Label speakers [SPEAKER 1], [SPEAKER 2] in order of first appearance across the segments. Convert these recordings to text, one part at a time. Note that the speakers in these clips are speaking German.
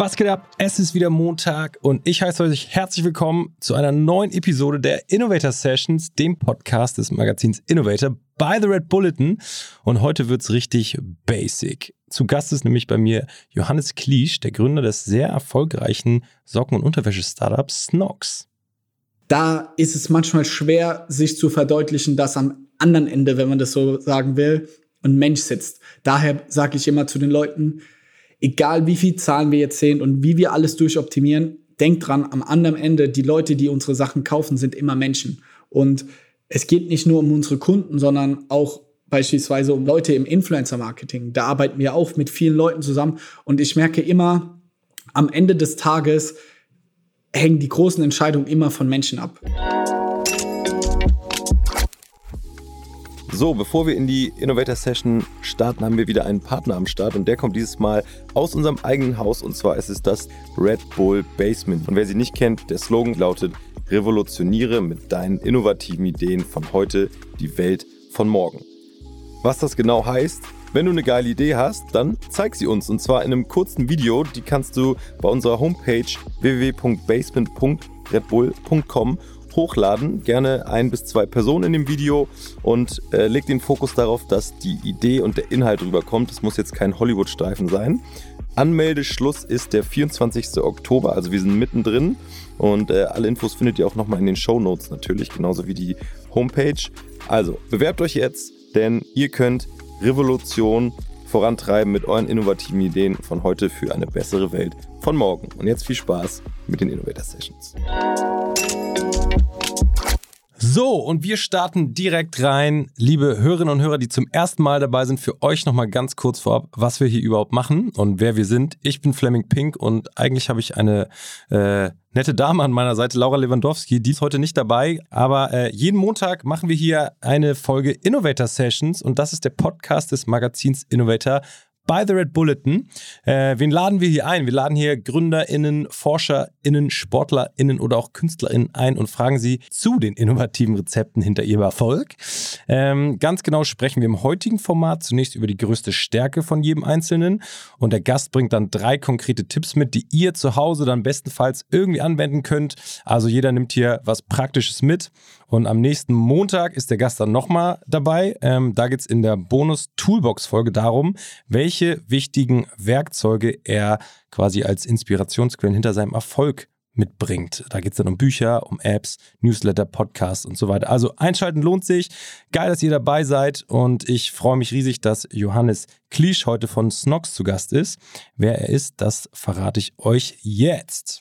[SPEAKER 1] Was geht ab? Es ist wieder Montag und ich heiße euch herzlich willkommen zu einer neuen Episode der Innovator Sessions, dem Podcast des Magazins Innovator by The Red Bulletin. Und heute wird's richtig basic. Zu Gast ist nämlich bei mir Johannes Kliesch, der Gründer des sehr erfolgreichen Socken- und Unterwäsche-Startups Snox.
[SPEAKER 2] Da ist es manchmal schwer, sich zu verdeutlichen, dass am anderen Ende, wenn man das so sagen will, ein Mensch sitzt. Daher sage ich immer zu den Leuten, egal wie viel Zahlen wir jetzt sehen und wie wir alles durchoptimieren, denkt dran, am anderen Ende, die Leute, die unsere Sachen kaufen, sind immer Menschen. Und es geht nicht nur um unsere Kunden, sondern auch beispielsweise um Leute im Influencer-Marketing. Da arbeiten wir auch mit vielen Leuten zusammen. Und ich merke immer, am Ende des Tages hängen die großen Entscheidungen immer von Menschen ab.
[SPEAKER 1] So, bevor wir in die Innovator Session starten, haben wir wieder einen Partner am Start und der kommt dieses Mal aus unserem eigenen Haus und zwar ist es das Red Bull Basement. Und wer sie nicht kennt, der Slogan lautet: Revolutioniere mit deinen innovativen Ideen von heute die Welt von morgen. Was das genau heißt? Wenn du eine geile Idee hast, dann zeig sie uns und zwar in einem kurzen Video. Die kannst du bei unserer Homepage www.basement.redbull.com hochladen, gerne 1 bis 2 Personen in dem Video und leg den Fokus darauf, dass die Idee und der Inhalt rüberkommt. Es muss jetzt kein Hollywood-Streifen sein. Anmeldeschluss ist der 24. Oktober, also wir sind mittendrin und alle Infos findet ihr auch nochmal in den Shownotes natürlich, genauso wie die Homepage. Also bewerbt euch jetzt, denn ihr könnt Revolution vorantreiben mit euren innovativen Ideen von heute für eine bessere Welt von morgen. Und jetzt viel Spaß mit den Innovator Sessions. So, und wir starten direkt rein. Liebe Hörerinnen und Hörer, die zum ersten Mal dabei sind, für euch nochmal ganz kurz vorab, was wir hier überhaupt machen und wer wir sind. Ich bin Fleming Pink und eigentlich habe ich eine nette Dame an meiner Seite, Laura Lewandowski, die ist heute nicht dabei, aber jeden Montag machen wir hier eine Folge Innovator Sessions und das ist der Podcast des Magazins Innovator by The Red Bulletin. Wen laden wir hier ein? Wir laden hier GründerInnen, ForscherInnen, SportlerInnen oder auch KünstlerInnen ein und fragen sie zu den innovativen Rezepten hinter ihrem Erfolg. Ganz genau sprechen wir im heutigen Format zunächst über die größte Stärke von jedem Einzelnen und der Gast bringt dann 3 konkrete Tipps mit, die ihr zu Hause dann bestenfalls irgendwie anwenden könnt. Also jeder nimmt hier was Praktisches mit. Und am nächsten Montag ist der Gast dann nochmal dabei. Da geht es in der Bonus-Toolbox-Folge darum, welche wichtigen Werkzeuge er quasi als Inspirationsquellen hinter seinem Erfolg mitbringt. Da geht es dann um Bücher, um Apps, Newsletter, Podcasts und so weiter. Also einschalten lohnt sich. Geil, dass ihr dabei seid und ich freue mich riesig, dass Johannes Kliesch heute von Snox zu Gast ist. Wer er ist, das verrate ich euch jetzt.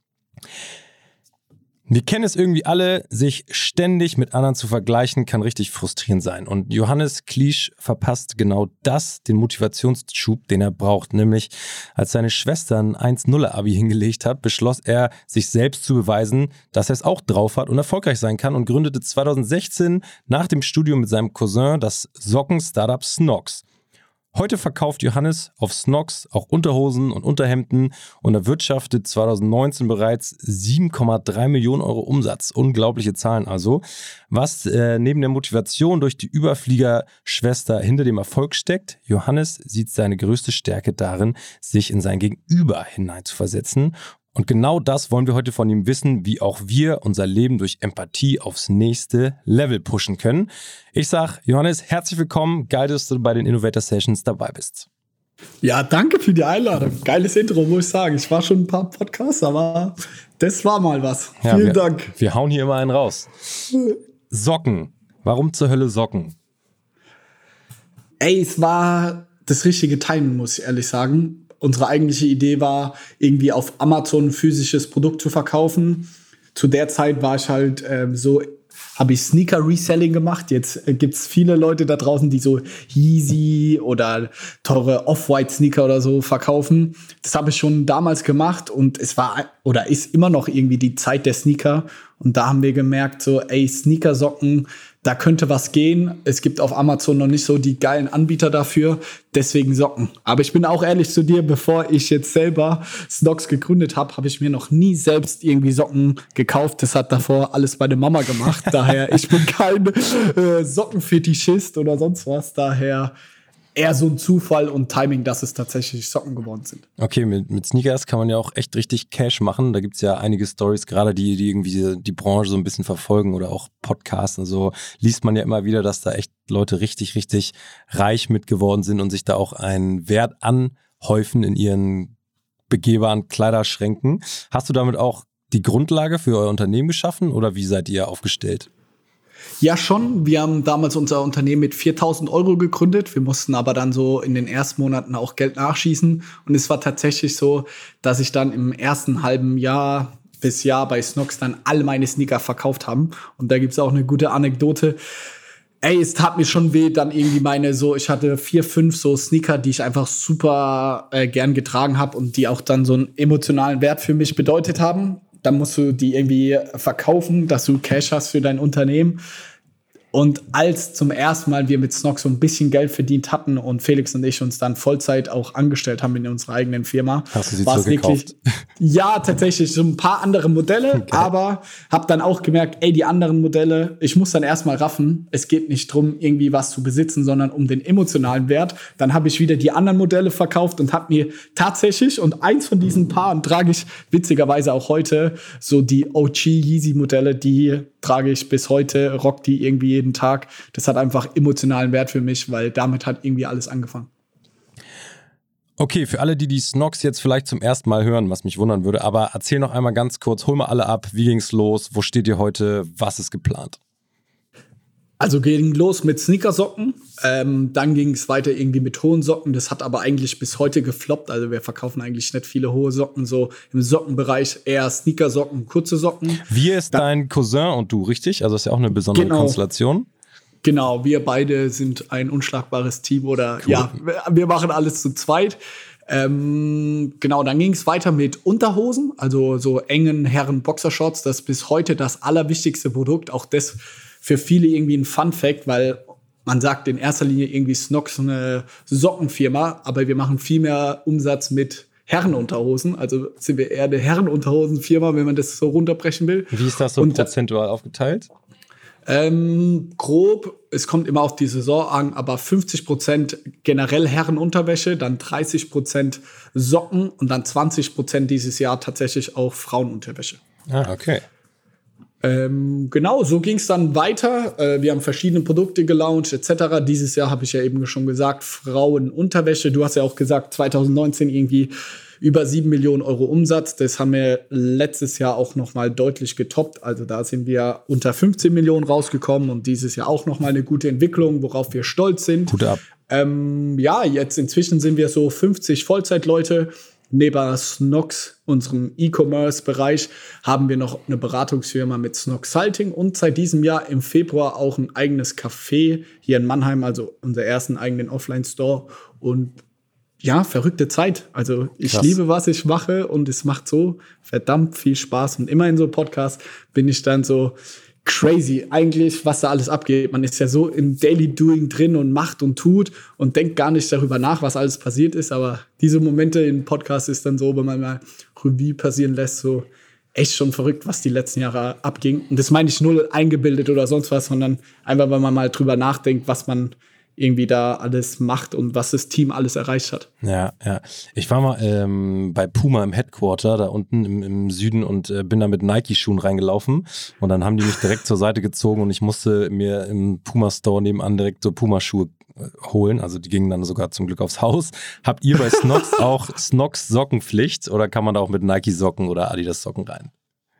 [SPEAKER 1] Wir kennen es irgendwie alle, sich ständig mit anderen zu vergleichen, kann richtig frustrierend sein. Und Johannes Kliesch verpasst genau das, den Motivationsschub, den er braucht. Nämlich, als seine Schwester ein 1-0-Abi hingelegt hat, beschloss er, sich selbst zu beweisen, dass er es auch drauf hat und erfolgreich sein kann und gründete 2016 nach dem Studium mit seinem Cousin das Socken-Startup Snox. Heute verkauft Johannes auf Snox auch Unterhosen und Unterhemden und erwirtschaftet 2019 bereits 7,3 Millionen Euro Umsatz. Unglaubliche Zahlen also. Was neben der Motivation durch die Überfliegerschwester hinter dem Erfolg steckt, Johannes sieht seine größte Stärke darin, sich in sein Gegenüber hineinzuversetzen. Und genau das wollen wir heute von ihm wissen, wie auch wir unser Leben durch Empathie aufs nächste Level pushen können. Ich sage, Johannes, herzlich willkommen. Geil, dass du bei den Innovator Sessions dabei bist.
[SPEAKER 2] Ja, danke für die Einladung. Geiles Intro, muss ich sagen. Ich war schon ein paar Podcasts, aber das war mal was. Ja, Vielen Dank.
[SPEAKER 1] Wir hauen hier immer einen raus. Socken. Warum zur Hölle Socken?
[SPEAKER 2] Ey, es war das richtige Timing, muss ich ehrlich sagen. Unsere eigentliche Idee war, irgendwie auf Amazon ein physisches Produkt zu verkaufen. Zu der Zeit war ich halt habe ich Sneaker-Reselling gemacht. Jetzt gibt's viele Leute da draußen, die so Yeezy oder teure Off-White-Sneaker oder so verkaufen. Das habe ich schon damals gemacht und es war oder ist immer noch irgendwie die Zeit der Sneaker. Und da haben wir gemerkt, so, ey, Sneakersocken, da könnte was gehen. Es gibt auf Amazon noch nicht so die geilen Anbieter dafür, deswegen Socken. Aber ich bin auch ehrlich zu dir, bevor ich jetzt selber Snox gegründet habe, habe ich mir noch nie selbst irgendwie Socken gekauft. Das hat davor alles meine Mama gemacht. Daher, ich bin kein Sockenfetischist oder sonst was. Daher, eher so ein Zufall und Timing, dass es tatsächlich Socken geworden sind.
[SPEAKER 1] Okay, mit Sneakers kann man ja auch echt richtig Cash machen. Da gibt's ja einige Stories, gerade die irgendwie die Branche so ein bisschen verfolgen oder auch Podcasts und so, liest man ja immer wieder, dass da echt Leute richtig, richtig reich mit geworden sind und sich da auch einen Wert anhäufen in ihren begehbaren Kleiderschränken. Hast du damit auch die Grundlage für euer Unternehmen geschaffen oder wie seid ihr aufgestellt?
[SPEAKER 2] Ja, schon. Wir haben damals unser Unternehmen mit 4.000 Euro gegründet. Wir mussten aber dann so in den ersten Monaten auch Geld nachschießen. Und es war tatsächlich so, dass ich dann im ersten halben Jahr bis Jahr bei Snox dann all meine Sneaker verkauft haben. Und da gibt's auch eine gute Anekdote. Ey, es tat mir schon weh, dann irgendwie ich hatte 4, 5 so Sneaker, die ich einfach super gern getragen habe und die auch dann so einen emotionalen Wert für mich bedeutet haben. Dann musst du die irgendwie verkaufen, dass du Cash hast für dein Unternehmen. Und als zum ersten Mal wir mit Snox so ein bisschen Geld verdient hatten und Felix und ich uns dann Vollzeit auch angestellt haben in unserer eigenen Firma,
[SPEAKER 1] hast du sie zurückgekauft?
[SPEAKER 2] Ja, tatsächlich so ein paar andere Modelle, okay. Aber habe dann auch gemerkt, ey, die anderen Modelle, ich muss dann erstmal raffen, es geht nicht drum, irgendwie was zu besitzen, sondern um den emotionalen Wert. Dann habe ich wieder die anderen Modelle verkauft und habe mir tatsächlich, und eins von diesen Paaren trage ich witzigerweise auch heute, so die OG Yeezy Modelle, die trage ich bis heute, rock die irgendwie jeden Tag. Das hat einfach emotionalen Wert für mich, weil damit hat irgendwie alles angefangen.
[SPEAKER 1] Okay, für alle, die Snox jetzt vielleicht zum ersten Mal hören, was mich wundern würde, aber erzähl noch einmal ganz kurz, hol mal alle ab, wie ging's los, wo steht ihr heute, was ist geplant?
[SPEAKER 2] Also ging los mit Sneakersocken, dann ging es weiter irgendwie mit hohen Socken, das hat aber eigentlich bis heute gefloppt, also wir verkaufen eigentlich nicht viele hohe Socken, so im Sockenbereich eher Sneakersocken, kurze Socken.
[SPEAKER 1] Wir ist dein Cousin und du, richtig? Also das ist ja auch eine besondere Konstellation.
[SPEAKER 2] Genau, wir beide sind ein unschlagbares Team oder cool. Ja, wir machen alles zu zweit. Genau, dann ging es weiter mit Unterhosen, also so engen Herren-Boxershorts, das ist bis heute das allerwichtigste Produkt, auch das für viele irgendwie ein Fun-Fact, weil man sagt in erster Linie irgendwie Snox eine Sockenfirma, aber wir machen viel mehr Umsatz mit Herrenunterhosen. Also sind wir eher eine Herrenunterhosenfirma, wenn man das so runterbrechen will.
[SPEAKER 1] Wie ist das so prozentual aufgeteilt?
[SPEAKER 2] Grob, es kommt immer auf die Saison an, aber 50% generell Herrenunterwäsche, dann 30% Socken und dann 20% dieses Jahr tatsächlich auch Frauenunterwäsche.
[SPEAKER 1] Ah, okay.
[SPEAKER 2] Genau, so ging es dann weiter. Wir haben verschiedene Produkte gelauncht etc. Dieses Jahr habe ich ja eben schon gesagt, Frauenunterwäsche. Du hast ja auch gesagt, 2019 irgendwie über 7 Millionen Euro Umsatz. Das haben wir letztes Jahr auch noch mal deutlich getoppt. Also da sind wir unter 15 Millionen rausgekommen und dieses Jahr auch noch mal eine gute Entwicklung, worauf wir stolz sind.
[SPEAKER 1] Gut ab.
[SPEAKER 2] Ja, jetzt inzwischen sind wir so 50 Vollzeitleute. Neben Snox, unserem E-Commerce-Bereich, haben wir noch eine Beratungsfirma mit Snoxalting und seit diesem Jahr im Februar auch ein eigenes Café hier in Mannheim, also unser ersten eigenen Offline-Store. Und ja, verrückte Zeit. Also ich liebe, was ich mache und es macht so verdammt viel Spaß. Und immer in so Podcasts bin ich dann so crazy eigentlich, was da alles abgeht. Man ist ja so im Daily Doing drin und macht und tut und denkt gar nicht darüber nach, was alles passiert ist. Aber diese Momente im Podcast ist dann so, wenn man mal Revue passieren lässt, so echt schon verrückt, was die letzten Jahre abging. Und das meine ich null eingebildet oder sonst was, sondern einfach, wenn man mal drüber nachdenkt, was man irgendwie da alles macht und was das Team alles erreicht hat.
[SPEAKER 1] Ja, ja. Ich war mal bei Puma im Headquarter, da unten im Süden und bin da mit Nike-Schuhen reingelaufen und dann haben die mich direkt zur Seite gezogen und ich musste mir im Puma-Store nebenan direkt so Puma-Schuhe holen, also die gingen dann sogar zum Glück aufs Haus. Habt ihr bei Snox auch Snox-Sockenpflicht oder kann man da auch mit Nike-Socken oder Adidas-Socken rein?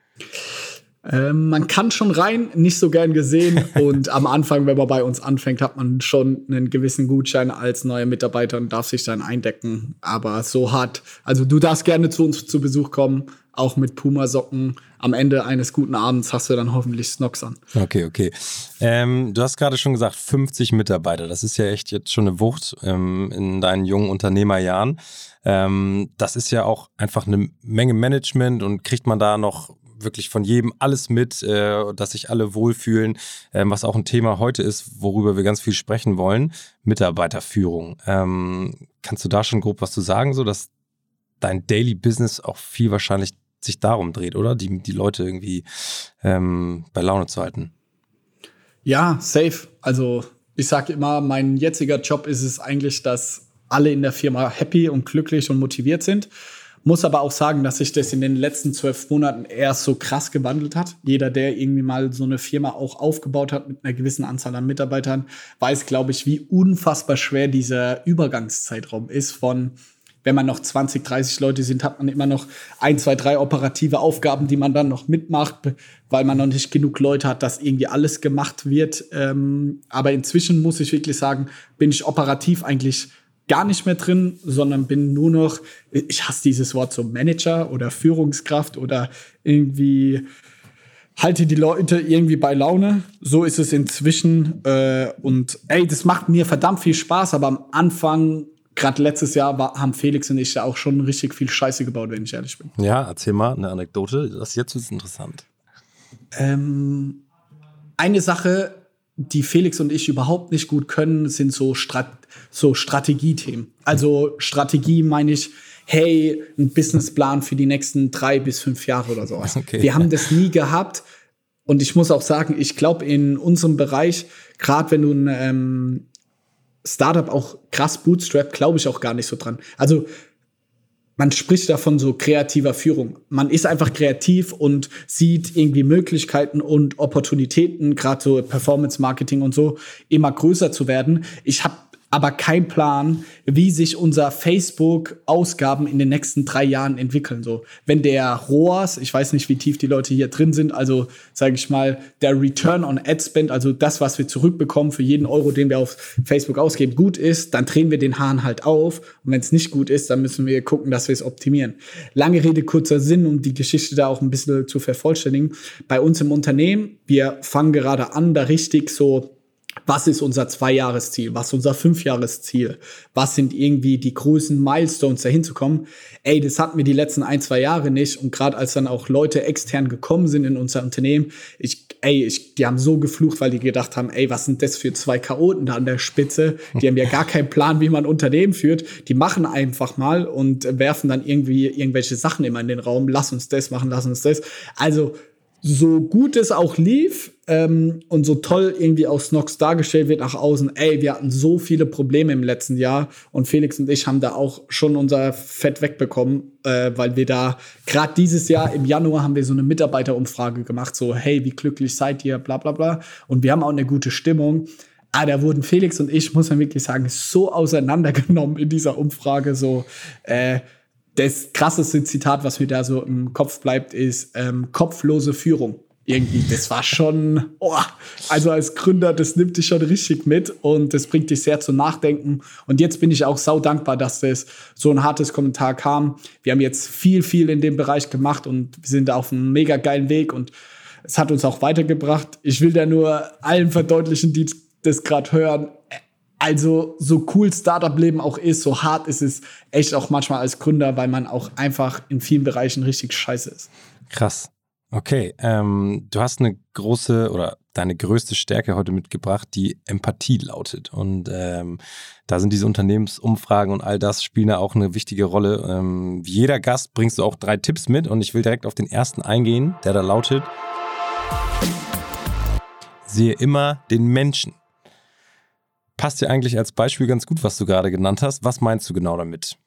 [SPEAKER 2] Man kann schon rein, nicht so gern gesehen. Und am Anfang, wenn man bei uns anfängt, hat man schon einen gewissen Gutschein als neuer Mitarbeiter und darf sich dann eindecken. Aber so hart. Also du darfst gerne zu uns zu Besuch kommen, auch mit Puma-Socken. Am Ende eines guten Abends hast du dann hoffentlich Snox an.
[SPEAKER 1] Okay. Du hast gerade schon gesagt, 50 Mitarbeiter. Das ist ja echt jetzt schon eine Wucht in deinen jungen Unternehmerjahren. Das ist ja auch einfach eine Menge Management und kriegt man da noch wirklich von jedem alles mit, dass sich alle wohlfühlen, was auch ein Thema heute ist, worüber wir ganz viel sprechen wollen, Mitarbeiterführung. Kannst du da schon grob was zu sagen, so dass dein Daily Business auch viel wahrscheinlich sich darum dreht, oder? Die Leute irgendwie bei Laune zu halten.
[SPEAKER 2] Ja, safe. Also Ich sage immer, mein jetziger Job ist es eigentlich, dass alle in der Firma happy und glücklich und motiviert sind. Muss aber auch sagen, dass sich das in den letzten 12 Monaten erst so krass gewandelt hat. Jeder, der irgendwie mal so eine Firma auch aufgebaut hat mit einer gewissen Anzahl an Mitarbeitern, weiß, glaube ich, wie unfassbar schwer dieser Übergangszeitraum ist von, wenn man noch 20, 30 Leute sind, hat man immer noch 1, 2, 3 operative Aufgaben, die man dann noch mitmacht, weil man noch nicht genug Leute hat, dass irgendwie alles gemacht wird. Aber inzwischen muss ich wirklich sagen, bin ich operativ eigentlich gar nicht mehr drin, sondern bin nur noch, ich hasse dieses Wort, so Manager oder Führungskraft oder irgendwie halte die Leute irgendwie bei Laune. So ist es inzwischen. Und das macht mir verdammt viel Spaß, aber am Anfang, gerade letztes Jahr, haben Felix und ich ja auch schon richtig viel Scheiße gebaut, wenn ich ehrlich bin.
[SPEAKER 1] Ja, erzähl mal eine Anekdote. Jetzt ist interessant.
[SPEAKER 2] Eine Sache, die Felix und ich überhaupt nicht gut können, sind so Strategiethemen. Also Strategie meine ich, hey, ein Businessplan für die nächsten 3 bis 5 Jahre oder sowas.
[SPEAKER 1] Okay.
[SPEAKER 2] Wir haben das nie gehabt. Und ich muss auch sagen, ich glaube, in unserem Bereich, gerade wenn du ein Startup auch krass bootstrap, glaube ich auch gar nicht so dran. Also man spricht davon so kreativer Führung. Man ist einfach kreativ und sieht irgendwie Möglichkeiten und Opportunitäten, gerade so Performance-Marketing und so, immer größer zu werden. Ich habe aber keinen Plan, wie sich unser Facebook-Ausgaben in den nächsten 3 Jahren entwickeln. So, wenn der ROAS, ich weiß nicht, wie tief die Leute hier drin sind, also sage ich mal, der Return on Ad Spend, also das, was wir zurückbekommen für jeden Euro, den wir auf Facebook ausgeben, gut ist, dann drehen wir den Hahn halt auf. Und wenn es nicht gut ist, dann müssen wir gucken, dass wir es optimieren. Lange Rede, kurzer Sinn, um die Geschichte da auch ein bisschen zu vervollständigen. Bei uns im Unternehmen, wir fangen gerade an, da richtig so, was ist unser 2-Jahres-Ziel? Was ist unser 5-Jahres-Ziel? Was sind irgendwie die großen Milestones, dahin zu kommen? Das hatten wir die letzten 1, 2 Jahre nicht. Und gerade als dann auch Leute extern gekommen sind in unser Unternehmen, die haben so geflucht, weil die gedacht haben, was sind das für 2 Chaoten da an der Spitze? Die haben ja gar keinen Plan, wie man ein Unternehmen führt. Die machen einfach mal und werfen dann irgendwie irgendwelche Sachen immer in den Raum. Lass uns das machen, lass uns das. Also, so gut es auch lief und so toll irgendwie auch Snox dargestellt wird nach außen, wir hatten so viele Probleme im letzten Jahr und Felix und ich haben da auch schon unser Fett wegbekommen, weil wir da gerade dieses Jahr im Januar haben wir so eine Mitarbeiterumfrage gemacht, so hey, wie glücklich seid ihr, bla bla bla, und wir haben auch eine gute Stimmung. Da wurden Felix und ich, muss man wirklich sagen, so auseinandergenommen in dieser Umfrage, so das krasseste Zitat, was mir da so im Kopf bleibt, ist kopflose Führung. Irgendwie, das war schon, also als Gründer, das nimmt dich schon richtig mit und das bringt dich sehr zum Nachdenken. Und jetzt bin ich auch sau dankbar, dass das so ein hartes Kommentar kam. Wir haben jetzt viel in dem Bereich gemacht und wir sind auf einem mega geilen Weg und es hat uns auch weitergebracht. Ich will da nur allen verdeutlichen, die das gerade hören, also so cool Startup-Leben auch ist, so hart ist es echt auch manchmal als Gründer, weil man auch einfach in vielen Bereichen richtig scheiße ist.
[SPEAKER 1] Krass. Okay, du hast eine große oder deine größte Stärke heute mitgebracht, die Empathie lautet. Und da sind diese Unternehmensumfragen und all das spielen da auch eine wichtige Rolle. Wie jeder Gast bringst du auch 3 Tipps mit und ich will direkt auf den ersten eingehen, der da lautet: Sehe immer den Menschen. Passt dir eigentlich als Beispiel ganz gut, was du gerade genannt hast. Was meinst du genau damit?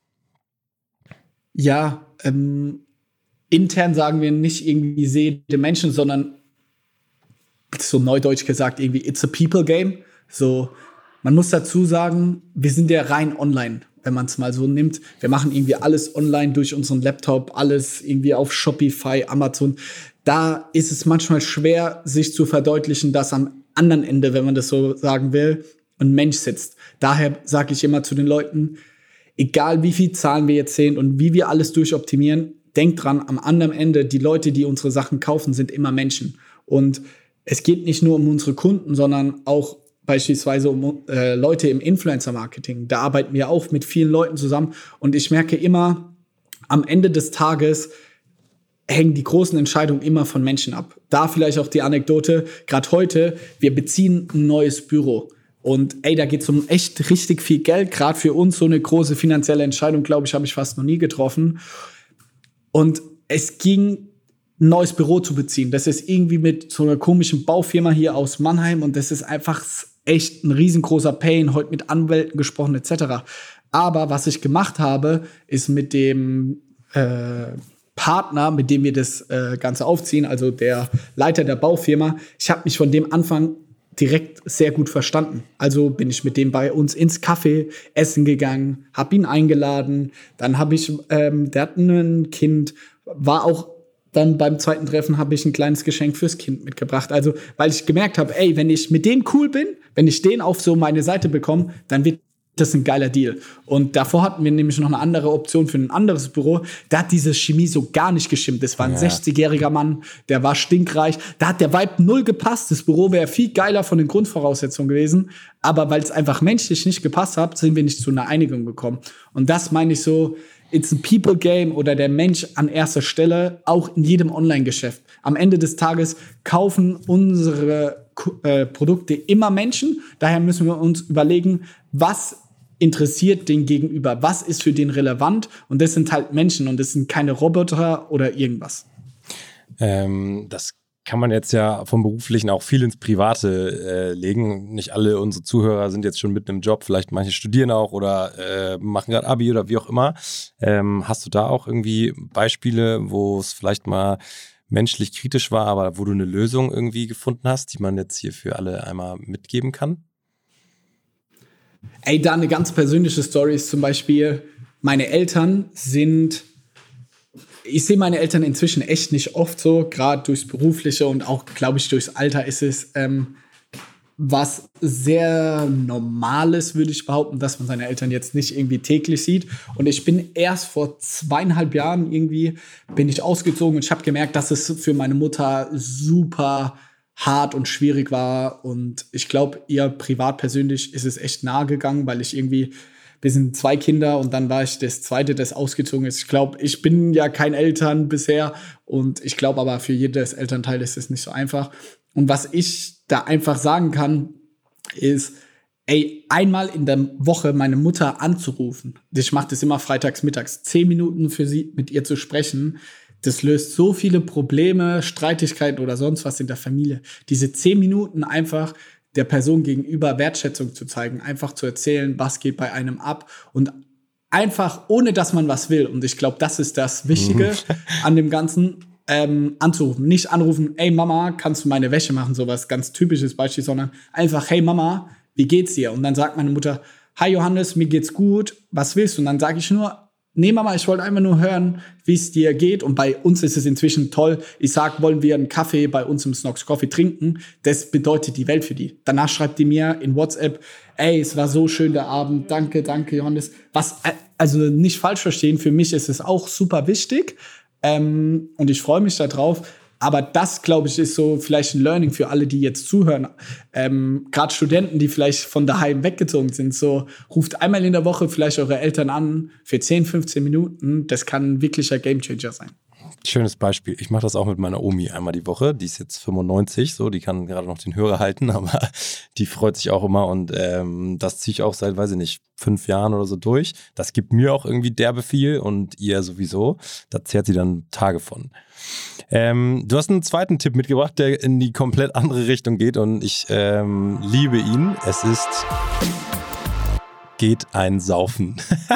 [SPEAKER 2] Ja, intern sagen wir nicht irgendwie sehe den Menschen, sondern so neudeutsch gesagt irgendwie it's a people game. So, man muss dazu sagen, wir sind ja rein online, wenn man es mal so nimmt. Wir machen irgendwie alles online durch unseren Laptop, alles irgendwie auf Shopify, Amazon. Da ist es manchmal schwer, sich zu verdeutlichen, dass am anderen Ende, wenn man das so sagen will, ein Mensch sitzt. Daher sage ich immer zu den Leuten, egal wie viel Zahlen wir jetzt sehen und wie wir alles durchoptimieren, denkt dran, am anderen Ende, die Leute, die unsere Sachen kaufen, sind immer Menschen. Und es geht nicht nur um unsere Kunden, sondern auch beispielsweise um Leute im Influencer-Marketing. Da arbeiten wir auch mit vielen Leuten zusammen. Und ich merke immer, am Ende des Tages hängen die großen Entscheidungen immer von Menschen ab. Da vielleicht auch die Anekdote, gerade heute, wir beziehen ein neues Büro. Und da geht es um echt richtig viel Geld, gerade für uns so eine große finanzielle Entscheidung, glaube ich, habe ich fast noch nie getroffen. Und es ging, ein neues Büro zu beziehen. Das ist irgendwie mit so einer komischen Baufirma hier aus Mannheim und das ist einfach echt ein riesengroßer Pain, heute mit Anwälten gesprochen etc. Aber was ich gemacht habe, ist mit dem Partner, mit dem wir das Ganze aufziehen, also der Leiter der Baufirma, ich habe mich von dem Anfang direkt sehr gut verstanden. Also bin ich mit dem bei uns ins Café essen gegangen, habe ihn eingeladen, dann habe ich, der hat ein Kind, war auch dann beim zweiten Treffen habe ich ein kleines Geschenk fürs Kind mitgebracht. Also, weil ich gemerkt habe, ey, wenn ich mit dem cool bin, wenn ich den auf so meine Seite bekomme, dann wird das ein geiler Deal. Und davor hatten wir nämlich noch eine andere Option für ein anderes Büro. Da hat diese Chemie so gar nicht gestimmt. Das war ein 60-jähriger Mann, der war stinkreich. Da hat der Vibe null gepasst. Das Büro wäre viel geiler von den Grundvoraussetzungen gewesen. Aber weil es einfach menschlich nicht gepasst hat, sind wir nicht zu einer Einigung gekommen. Und das meine ich so, it's a people game oder der Mensch an erster Stelle, auch in jedem Online-Geschäft. Am Ende des Tages kaufen unsere Produkte immer Menschen. Daher müssen wir uns überlegen, was interessiert den Gegenüber, was ist für den relevant. Und das sind halt Menschen und das sind keine Roboter oder irgendwas.
[SPEAKER 1] Das kann man jetzt ja vom Beruflichen auch viel ins Private legen. Nicht alle unsere Zuhörer sind jetzt schon mitten im Job. Vielleicht manche studieren auch oder machen gerade Abi oder wie auch immer. Hast du da auch irgendwie Beispiele, wo es vielleicht mal menschlich kritisch war, aber wo du eine Lösung irgendwie gefunden hast, die man jetzt hier für alle einmal mitgeben kann?
[SPEAKER 2] Ey, da eine ganz persönliche Story ist zum Beispiel, meine Eltern sind, ich sehe meine Eltern inzwischen echt nicht oft so, gerade durchs Berufliche und auch, glaube ich, durchs Alter ist es was sehr Normales, würde ich behaupten, dass man seine Eltern jetzt nicht irgendwie täglich sieht. Und ich bin erst vor 2,5 Jahren irgendwie, bin ich ausgezogen und ich habe gemerkt, dass es für meine Mutter super hart und schwierig war. Und ich glaube, ihr privat persönlich ist es echt nahe gegangen, weil ich irgendwie, wir sind 2 Kinder und dann war ich das zweite, das ausgezogen ist. Ich glaube, ich bin ja kein Eltern bisher und ich glaube aber für jedes Elternteil ist es nicht so einfach. Und was ich da einfach sagen kann, ist, ey, einmal in der Woche meine Mutter anzurufen. Ich mache das immer freitags mittags, 10 Minuten für sie, mit ihr zu sprechen. Das löst so viele Probleme, Streitigkeiten oder sonst was in der Familie. Diese 10 Minuten einfach der Person gegenüber Wertschätzung zu zeigen, einfach zu erzählen, was geht bei einem ab und einfach, ohne dass man was will. Und ich glaube, das ist das Wichtige an dem Ganzen, anzurufen. Nicht anrufen, ey Mama, kannst du meine Wäsche machen, sowas ganz typisches Beispiel, sondern einfach, hey Mama, wie geht's dir? Und dann sagt meine Mutter, hi Johannes, mir geht's gut, was willst du? Und dann sage ich nur, nee Mama, ich wollte einfach nur hören, wie es dir geht. Und bei uns ist es inzwischen toll. Ich sag, wollen wir einen Kaffee bei uns im Snox Coffee trinken? Das bedeutet die Welt für die. Danach schreibt die mir in WhatsApp, ey, es war so schön der Abend, danke Johannes. Was, also nicht falsch verstehen, für mich ist es auch super wichtig. Und ich freue mich da drauf. Aber das, glaube ich, ist so vielleicht ein Learning für alle, die jetzt zuhören. Gerade Studenten, die vielleicht von daheim weggezogen sind. So, ruft einmal in der Woche vielleicht eure Eltern an für 10, 15 Minuten. Das kann ein wirklicher Gamechanger sein.
[SPEAKER 1] Schönes Beispiel. Ich mache das auch mit meiner Omi einmal die Woche. Die ist jetzt 95, so, die kann gerade noch den Hörer halten, aber die freut sich auch immer und das ziehe ich auch seit, weiß ich nicht, 5 Jahren oder so durch. Das gibt mir auch irgendwie derbe viel und ihr sowieso. Da zehrt sie dann Tage von. Du hast einen zweiten Tipp mitgebracht, der in die komplett andere Richtung geht und ich liebe ihn. Es ist geht ein Saufen.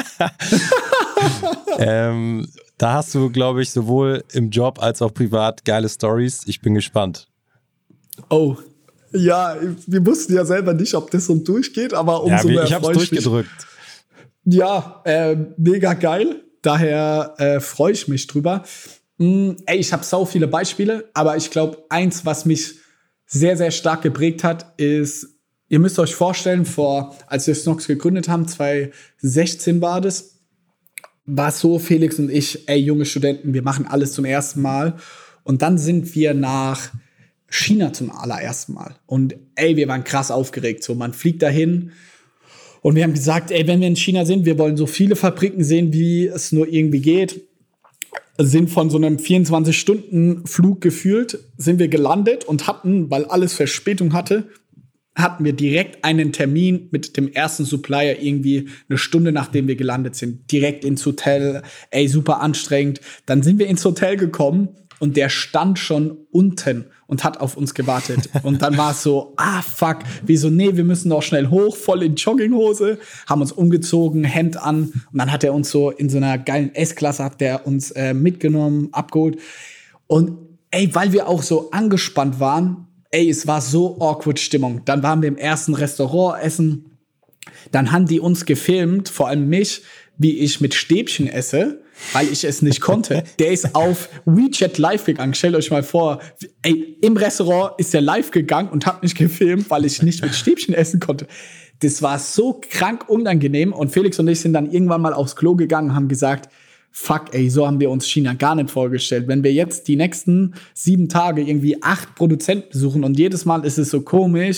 [SPEAKER 1] Da hast du, glaube ich, sowohl im Job als auch privat geile Stories. Ich bin gespannt.
[SPEAKER 2] Oh, ja, wir wussten ja selber nicht, ob das so durchgeht, aber umso mehr
[SPEAKER 1] ich habe es durchgedrückt.
[SPEAKER 2] Ja, mega geil. Daher freue ich mich drüber. Ey, ich habe sau viele Beispiele, aber ich glaube, eins, was mich sehr, sehr stark geprägt hat, ist, ihr müsst euch vorstellen, als wir Snox gegründet haben, 2016 war das, war so Felix und ich, ey, junge Studenten, wir machen alles zum ersten Mal. Und dann sind wir nach China zum allerersten Mal. Und ey, wir waren krass aufgeregt. So, man fliegt dahin und wir haben gesagt, ey, wenn wir in China sind, wir wollen so viele Fabriken sehen, wie es nur irgendwie geht. Sind von so einem 24-Stunden-Flug gefühlt, sind wir gelandet und hatten, weil alles Verspätung hatte, hatten wir direkt einen Termin mit dem ersten Supplier irgendwie 1 Stunde, nachdem wir gelandet sind. Direkt ins Hotel. Ey, super anstrengend. Dann sind wir ins Hotel gekommen und der stand schon unten und hat auf uns gewartet. Und dann war es so, fuck, wieso, nee, wir müssen doch schnell hoch, voll in Jogginghose, haben uns umgezogen, Hemd an und dann hat er uns so in so einer geilen S-Klasse, hat der uns mitgenommen, abgeholt. Und weil wir auch so angespannt waren, es war so awkward Stimmung. Dann waren wir im ersten Restaurant essen, dann haben die uns gefilmt, vor allem mich, wie ich mit Stäbchen esse, weil ich es nicht konnte. Der ist auf WeChat live gegangen. Stellt euch mal vor, im Restaurant ist er live gegangen und hat mich gefilmt, weil ich nicht mit Stäbchen essen konnte. Das war so krank unangenehm. Und Felix und ich sind dann irgendwann mal aufs Klo gegangen und haben gesagt, fuck, so haben wir uns China gar nicht vorgestellt. Wenn wir jetzt die nächsten 7 Tage irgendwie 8 Produzenten besuchen und jedes Mal ist es so komisch,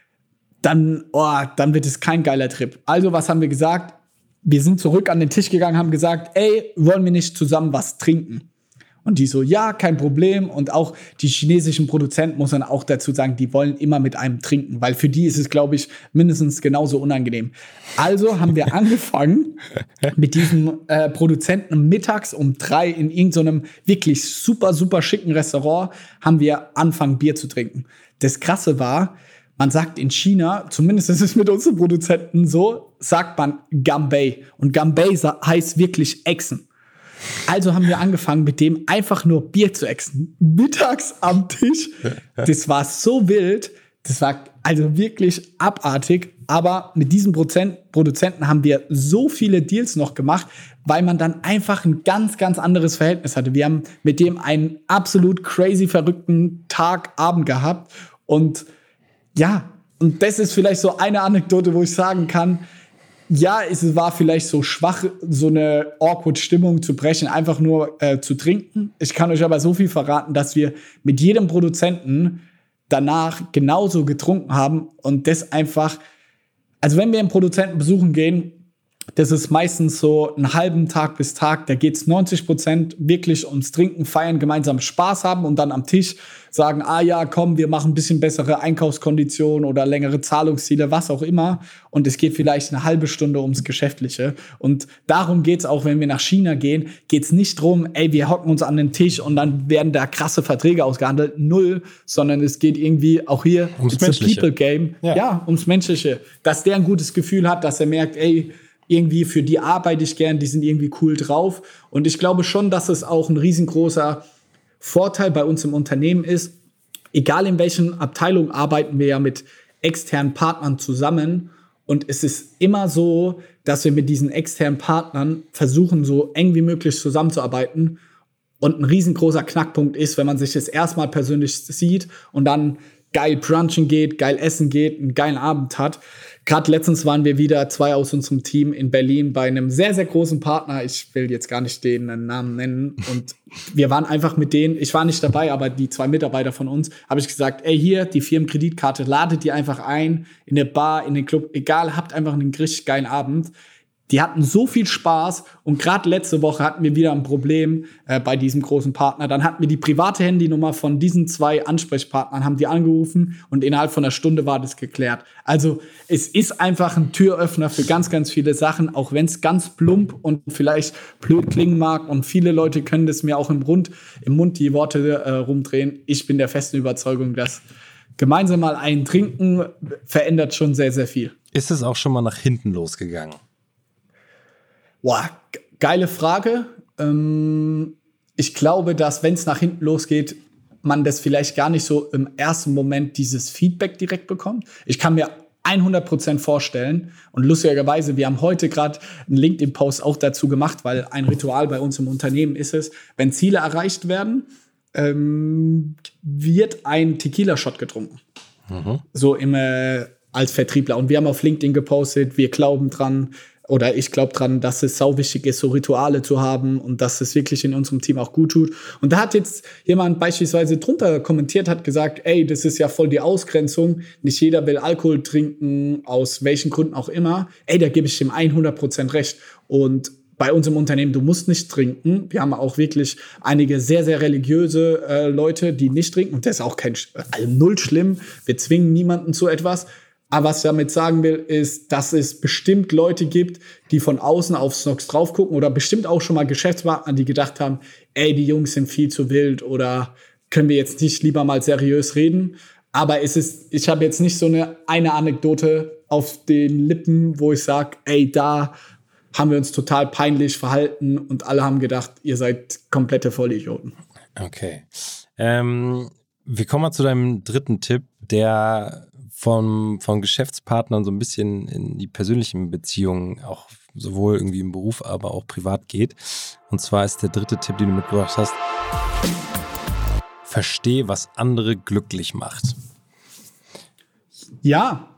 [SPEAKER 2] dann wird es kein geiler Trip. Also, was haben wir gesagt? Wir sind zurück an den Tisch gegangen, haben gesagt, wollen wir nicht zusammen was trinken? Und die so, ja, kein Problem. Und auch die chinesischen Produzenten, muss man auch dazu sagen, die wollen immer mit einem trinken, weil für die ist es, glaube ich, mindestens genauso unangenehm. Also haben wir angefangen mit diesem Produzenten mittags um 3 in irgendeinem wirklich super, super schicken Restaurant, haben wir angefangen, Bier zu trinken. Das Krasse war, man sagt in China, zumindest ist es mit unseren Produzenten so, sagt man Ganbei. Und Ganbei heißt wirklich Echsen. Also haben wir angefangen, mit dem einfach nur Bier zu echsen. Mittags am Tisch. Das war so wild. Das war also wirklich abartig. Aber mit diesem Produzenten haben wir so viele Deals noch gemacht, weil man dann einfach ein ganz, ganz anderes Verhältnis hatte. Wir haben mit dem einen absolut crazy verrückten Abend gehabt. Und ja, und das ist vielleicht so eine Anekdote, wo ich sagen kann, ja, es war vielleicht so schwach, so eine awkward Stimmung zu brechen, einfach nur zu trinken. Ich kann euch aber so viel verraten, dass wir mit jedem Produzenten danach genauso getrunken haben und das einfach, also wenn wir einen Produzenten besuchen gehen, das ist meistens so einen halben Tag bis Tag, da geht's 90% wirklich ums Trinken, Feiern, gemeinsam Spaß haben und dann am Tisch sagen, ja, komm, wir machen ein bisschen bessere Einkaufskonditionen oder längere Zahlungsziele, was auch immer. Und es geht vielleicht eine halbe Stunde ums Geschäftliche. Und darum geht's auch, wenn wir nach China gehen, geht's nicht drum, wir hocken uns an den Tisch und dann werden da krasse Verträge ausgehandelt. Null, sondern es geht irgendwie auch hier
[SPEAKER 1] ums Menschliche.
[SPEAKER 2] People Game. Ja, ums Menschliche. Dass der ein gutes Gefühl hat, dass er merkt, irgendwie für die arbeite ich gern, die sind irgendwie cool drauf. Und ich glaube schon, dass es auch ein riesengroßer Vorteil bei uns im Unternehmen ist. Egal in welchen Abteilungen arbeiten wir ja mit externen Partnern zusammen. Und es ist immer so, dass wir mit diesen externen Partnern versuchen, so eng wie möglich zusammenzuarbeiten. Und ein riesengroßer Knackpunkt ist, wenn man sich das erstmal persönlich sieht und dann geil brunchen geht, geil essen geht, einen geilen Abend hat. Gerade letztens waren wir wieder 2 aus unserem Team in Berlin bei einem sehr, sehr großen Partner. Ich will jetzt gar nicht den Namen nennen. Und wir waren einfach mit denen, ich war nicht dabei, aber die 2 Mitarbeiter von uns, habe ich gesagt, hier, die Firmenkreditkarte, ladet die einfach ein, in der Bar, in den Club, egal, habt einfach einen richtig geilen Abend. Die hatten so viel Spaß und gerade letzte Woche hatten wir wieder ein Problem bei diesem großen Partner. Dann hatten wir die private Handynummer von diesen 2 Ansprechpartnern, haben die angerufen und innerhalb von einer Stunde war das geklärt. Also es ist einfach ein Türöffner für ganz, ganz viele Sachen, auch wenn es ganz plump und vielleicht blöd klingen mag und viele Leute können das mir auch im Mund die Worte rumdrehen. Ich bin der festen Überzeugung, dass gemeinsam mal einen trinken verändert schon sehr, sehr viel.
[SPEAKER 1] Ist es auch schon mal nach hinten losgegangen?
[SPEAKER 2] Boah, geile Frage. Ich glaube, dass, wenn es nach hinten losgeht, man das vielleicht gar nicht so im ersten Moment dieses Feedback direkt bekommt. Ich kann mir 100% vorstellen. Und lustigerweise, wir haben heute gerade einen LinkedIn-Post auch dazu gemacht, weil ein Ritual bei uns im Unternehmen ist es, wenn Ziele erreicht werden, wird ein Tequila-Shot getrunken. Mhm. So als Vertriebler. Und wir haben auf LinkedIn gepostet, wir glauben dran, oder ich glaube dran, dass es sau wichtig ist, so Rituale zu haben und dass es wirklich in unserem Team auch gut tut. Und da hat jetzt jemand beispielsweise drunter kommentiert, hat gesagt, das ist ja voll die Ausgrenzung. Nicht jeder will Alkohol trinken, aus welchen Gründen auch immer. Da gebe ich dem 100% recht. Und bei uns im Unternehmen, du musst nicht trinken. Wir haben auch wirklich einige sehr, sehr religiöse Leute, die nicht trinken. Und das ist auch null schlimm. Wir zwingen niemanden zu etwas. Aber was ich damit sagen will, ist, dass es bestimmt Leute gibt, die von außen auf Snox drauf gucken oder bestimmt auch schon mal Geschäftspartner, die gedacht haben, ey, die Jungs sind viel zu wild oder können wir jetzt nicht lieber mal seriös reden. Aber ich habe jetzt nicht so eine Anekdote auf den Lippen, wo ich sage, ey, da haben wir uns total peinlich verhalten und alle haben gedacht, ihr seid komplette Vollidioten.
[SPEAKER 1] Okay. Wir kommen mal zu deinem dritten Tipp, der von Geschäftspartnern so ein bisschen in die persönlichen Beziehungen, auch sowohl irgendwie im Beruf, aber auch privat geht. Und zwar ist der dritte Tipp, den du mitgebracht hast: Versteh, was andere glücklich macht.
[SPEAKER 2] Ja,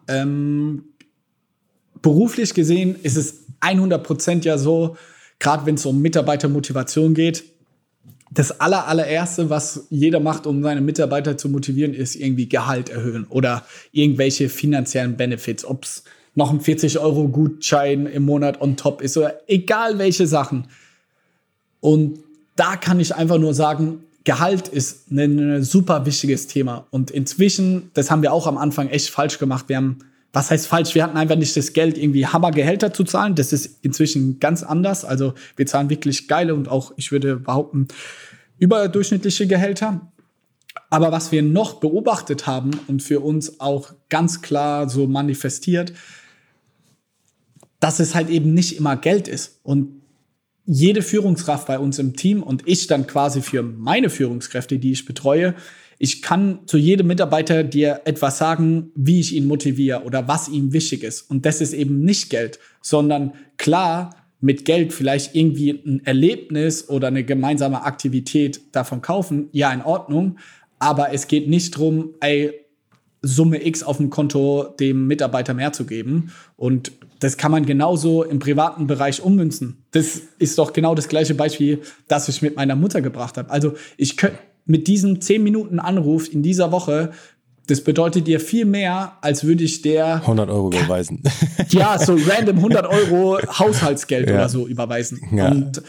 [SPEAKER 2] beruflich gesehen ist es 100% ja so, gerade wenn es um Mitarbeitermotivation geht, das allererste, was jeder macht, um seine Mitarbeiter zu motivieren, ist irgendwie Gehalt erhöhen oder irgendwelche finanziellen Benefits, ob es noch ein 40-Euro-Gutschein im Monat on top ist oder egal welche Sachen. Und da kann ich einfach nur sagen, Gehalt ist ein super wichtiges Thema. Und inzwischen, das haben wir auch am Anfang echt falsch gemacht. Was heißt falsch? Wir hatten einfach nicht das Geld, irgendwie Hammergehälter zu zahlen. Das ist inzwischen ganz anders. Also wir zahlen wirklich geile und auch, ich würde behaupten, überdurchschnittliche Gehälter. Aber was wir noch beobachtet haben und für uns auch ganz klar so manifestiert, dass es halt eben nicht immer Geld ist. Und jede Führungskraft bei uns im Team und ich dann quasi für meine Führungskräfte, die ich betreue, ich kann zu jedem Mitarbeiter dir etwas sagen, wie ich ihn motiviere oder was ihm wichtig ist. Und das ist eben nicht Geld, sondern klar, mit Geld vielleicht irgendwie ein Erlebnis oder eine gemeinsame Aktivität davon kaufen, ja, in Ordnung. Aber es geht nicht darum, Summe X auf dem Konto dem Mitarbeiter mehr zu geben. Und das kann man genauso im privaten Bereich ummünzen. Das ist doch genau das gleiche Beispiel, das ich mit meiner Mutter gebracht habe. Also ich könnte mit diesem 10-Minuten-Anruf in dieser Woche, das bedeutet dir viel mehr, als würde ich der
[SPEAKER 1] 100 Euro überweisen.
[SPEAKER 2] Ja, so random 100 Euro Haushaltsgeld oder so überweisen.
[SPEAKER 1] Ja.
[SPEAKER 2] Und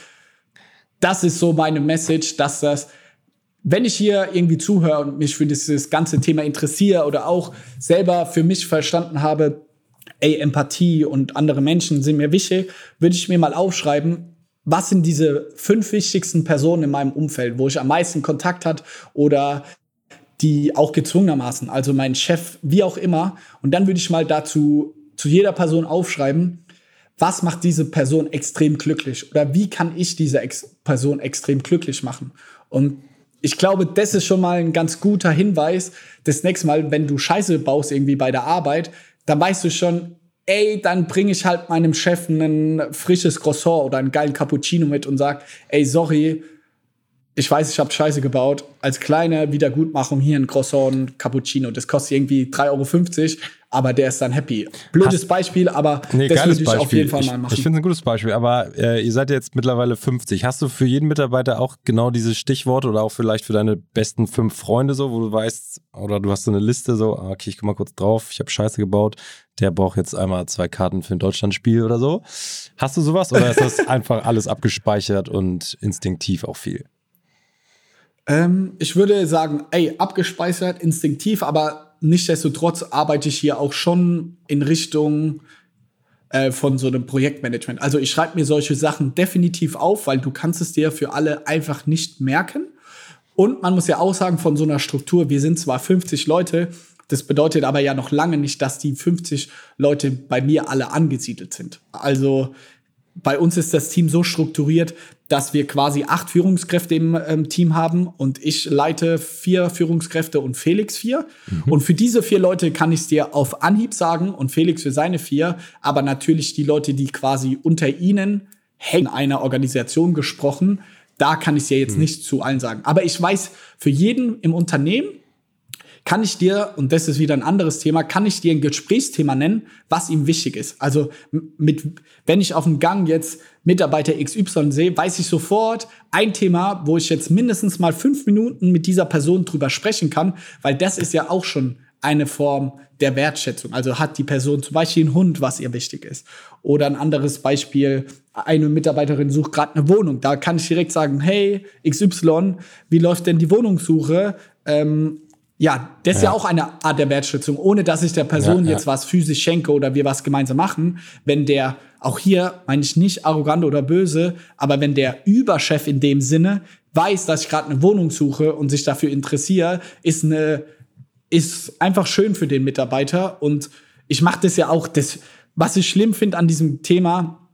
[SPEAKER 2] das ist so meine Message, dass das, wenn ich hier irgendwie zuhöre und mich für dieses ganze Thema interessiere oder auch selber für mich verstanden habe, Empathie und andere Menschen sind mir wichtig, würde ich mir mal aufschreiben, was sind diese 5 wichtigsten Personen in meinem Umfeld, wo ich am meisten Kontakt hat oder die auch gezwungenermaßen, also mein Chef, wie auch immer. Und dann würde ich mal dazu zu jeder Person aufschreiben, was macht diese Person extrem glücklich oder wie kann ich diese Person extrem glücklich machen. Und ich glaube, das ist schon mal ein ganz guter Hinweis. Das nächste Mal, wenn du Scheiße baust irgendwie bei der Arbeit, dann weißt du schon, dann bringe ich halt meinem Chef ein frisches Croissant oder einen geilen Cappuccino mit und sag, sorry, ich weiß, ich habe Scheiße gebaut. Als kleine Wiedergutmachung hier ein Croissant und Cappuccino. Das kostet irgendwie 3,50 €, aber der ist dann happy. Blödes Beispiel, aber das würde ich auf jeden Fall mal machen.
[SPEAKER 1] Ich finde es ein gutes Beispiel, aber ihr seid jetzt mittlerweile 50. Hast du für jeden Mitarbeiter auch genau diese Stichworte oder auch vielleicht für deine besten 5 Freunde so, wo du weißt, oder du hast so eine Liste so, okay, ich guck mal kurz drauf, ich habe Scheiße gebaut, der braucht jetzt einmal 2 Karten für ein Deutschlandspiel oder so. Hast du sowas oder ist das einfach alles abgespeichert und instinktiv auch viel?
[SPEAKER 2] Ich würde sagen, abgespeichert, instinktiv, aber nichtsdestotrotz arbeite ich hier auch schon in Richtung von so einem Projektmanagement. Also ich schreibe mir solche Sachen definitiv auf, weil du kannst es dir für alle einfach nicht merken. Und man muss ja auch sagen, von so einer Struktur, wir sind zwar 50 Leute, das bedeutet aber ja noch lange nicht, dass die 50 Leute bei mir alle angesiedelt sind. Also bei uns ist das Team so strukturiert, dass wir quasi 8 Führungskräfte im Team haben und ich leite 4 Führungskräfte und Felix 4. Und für diese 4 Leute kann ich es dir auf Anhieb sagen und Felix für seine 4, aber natürlich die Leute, die quasi unter ihnen hängen, einer Organisation gesprochen, da kann ich es ja jetzt nicht zu allen sagen. Aber ich weiß, für jeden im Unternehmen kann ich dir, und das ist wieder ein anderes Thema, kann ich dir ein Gesprächsthema nennen, was ihm wichtig ist. Also wenn ich auf dem Gang jetzt Mitarbeiter XY sehe, weiß ich sofort ein Thema, wo ich jetzt mindestens mal 5 Minuten mit dieser Person drüber sprechen kann, weil das ist ja auch schon eine Form der Wertschätzung. Also hat die Person zum Beispiel einen Hund, was ihr wichtig ist. Oder ein anderes Beispiel, eine Mitarbeiterin sucht gerade eine Wohnung. Da kann ich direkt sagen, hey, XY, wie läuft denn die Wohnungssuche? Ja, das ist ja auch eine Art der Wertschätzung, ohne dass ich der Person jetzt was physisch schenke oder wir was gemeinsam machen. Wenn der, auch hier meine ich nicht arrogant oder böse, aber wenn der Überchef in dem Sinne weiß, dass ich gerade eine Wohnung suche und sich dafür interessiere, ist einfach schön für den Mitarbeiter. Und ich mache das ja auch, was ich schlimm finde an diesem Thema,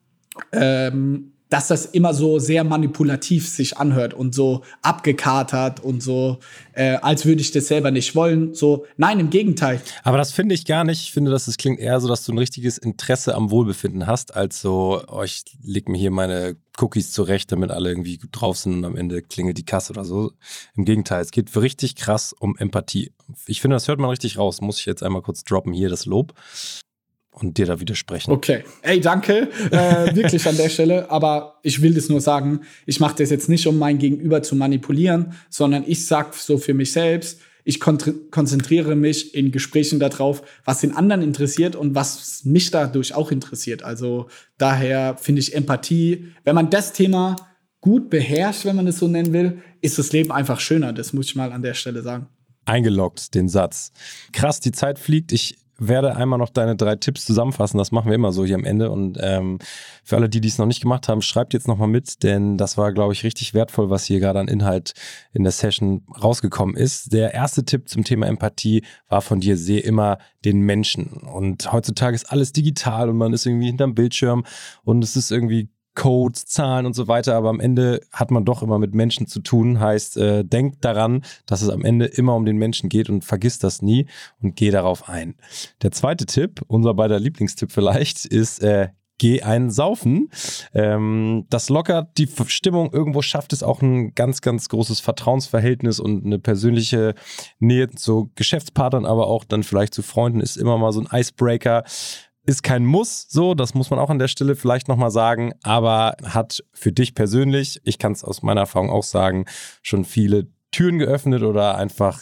[SPEAKER 2] dass das immer so sehr manipulativ sich anhört und so abgekatert und so, als würde ich das selber nicht wollen. So, nein, im Gegenteil.
[SPEAKER 1] Aber das finde ich gar nicht. Ich finde, das klingt eher so, dass du ein richtiges Interesse am Wohlbefinden hast, als so, ich leg mir hier meine Cookies zurecht, damit alle irgendwie gut drauf sind und am Ende klingelt die Kasse oder so. Im Gegenteil, es geht für richtig krass um Empathie. Ich finde, das hört man richtig raus. Muss ich jetzt einmal kurz droppen, hier das Lob. Und dir da widersprechen.
[SPEAKER 2] Okay. Ey, danke. Wirklich an der Stelle. Aber ich will das nur sagen, ich mache das jetzt nicht, um mein Gegenüber zu manipulieren, sondern ich sag so für mich selbst, ich konzentriere mich in Gesprächen darauf, was den anderen interessiert und was mich dadurch auch interessiert. Also daher finde ich Empathie, wenn man das Thema gut beherrscht, wenn man es so nennen will, ist das Leben einfach schöner. Das muss ich mal an der Stelle sagen.
[SPEAKER 1] Eingeloggt, den Satz. Krass, die Zeit fliegt. Ich werde einmal noch deine 3 Tipps zusammenfassen. Das machen wir immer so hier am Ende. Und für alle, die es noch nicht gemacht haben, schreibt jetzt nochmal mit, denn das war, glaube ich, richtig wertvoll, was hier gerade an Inhalt in der Session rausgekommen ist. Der erste Tipp zum Thema Empathie war von dir, sehe immer den Menschen. Und heutzutage ist alles digital und man ist irgendwie hinterm Bildschirm und es ist irgendwie Codes, Zahlen und so weiter, aber am Ende hat man doch immer mit Menschen zu tun, heißt, denkt daran, dass es am Ende immer um den Menschen geht und vergisst das nie und geh darauf ein. Der zweite Tipp, unser beider Lieblingstipp vielleicht, ist, geh einen saufen. Das lockert die Stimmung, irgendwo schafft es auch ein ganz, ganz großes Vertrauensverhältnis und eine persönliche Nähe zu Geschäftspartnern, aber auch dann vielleicht zu Freunden ist immer mal so ein Icebreaker. Ist kein Muss, so, das muss man auch an der Stelle vielleicht nochmal sagen, aber hat für dich persönlich, ich kann es aus meiner Erfahrung auch sagen, schon viele Türen geöffnet oder einfach,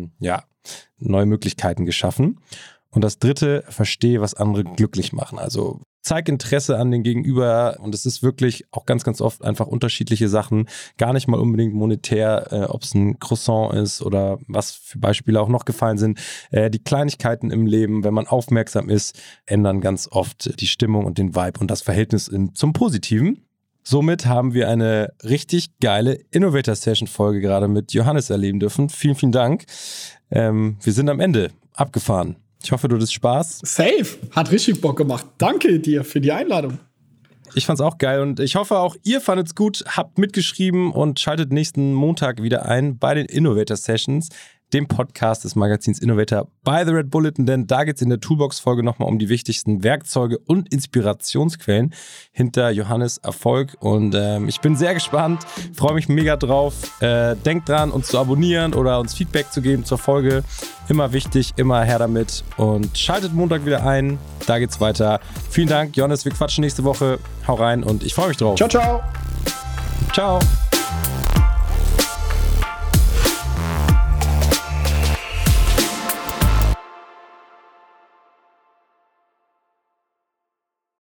[SPEAKER 1] neue Möglichkeiten geschaffen. Und das dritte, verstehe, was andere glücklich machen. Also zeig Interesse an den Gegenüber und es ist wirklich auch ganz, ganz oft einfach unterschiedliche Sachen, gar nicht mal unbedingt monetär, ob es ein Croissant ist oder was für Beispiele auch noch gefallen sind. Die Kleinigkeiten im Leben, wenn man aufmerksam ist, ändern ganz oft die Stimmung und den Vibe und das Verhältnis zum Positiven. Somit haben wir eine richtig geile Innovator-Session-Folge gerade mit Johannes erleben dürfen. Vielen, vielen Dank. Wir sind am Ende. Abgefahren. Ich hoffe, du hattest Spaß.
[SPEAKER 2] Safe. Hat richtig Bock gemacht. Danke dir für die Einladung.
[SPEAKER 1] Ich fand's auch geil und ich hoffe auch, ihr fandet's gut, habt mitgeschrieben und schaltet nächsten Montag wieder ein bei den Innovator Sessions, dem Podcast des Magazins Innovator by The Red Bulletin, denn da geht's in der Toolbox-Folge nochmal um die wichtigsten Werkzeuge und Inspirationsquellen hinter Johannes Erfolg und ich bin sehr gespannt, freue mich mega drauf. Denkt dran, uns zu abonnieren oder uns Feedback zu geben zur Folge. Immer wichtig, immer her damit und schaltet Montag wieder ein, da geht's weiter. Vielen Dank, Johannes, wir quatschen nächste Woche. Hau rein und ich freue mich drauf.
[SPEAKER 2] Ciao, ciao.
[SPEAKER 1] Ciao.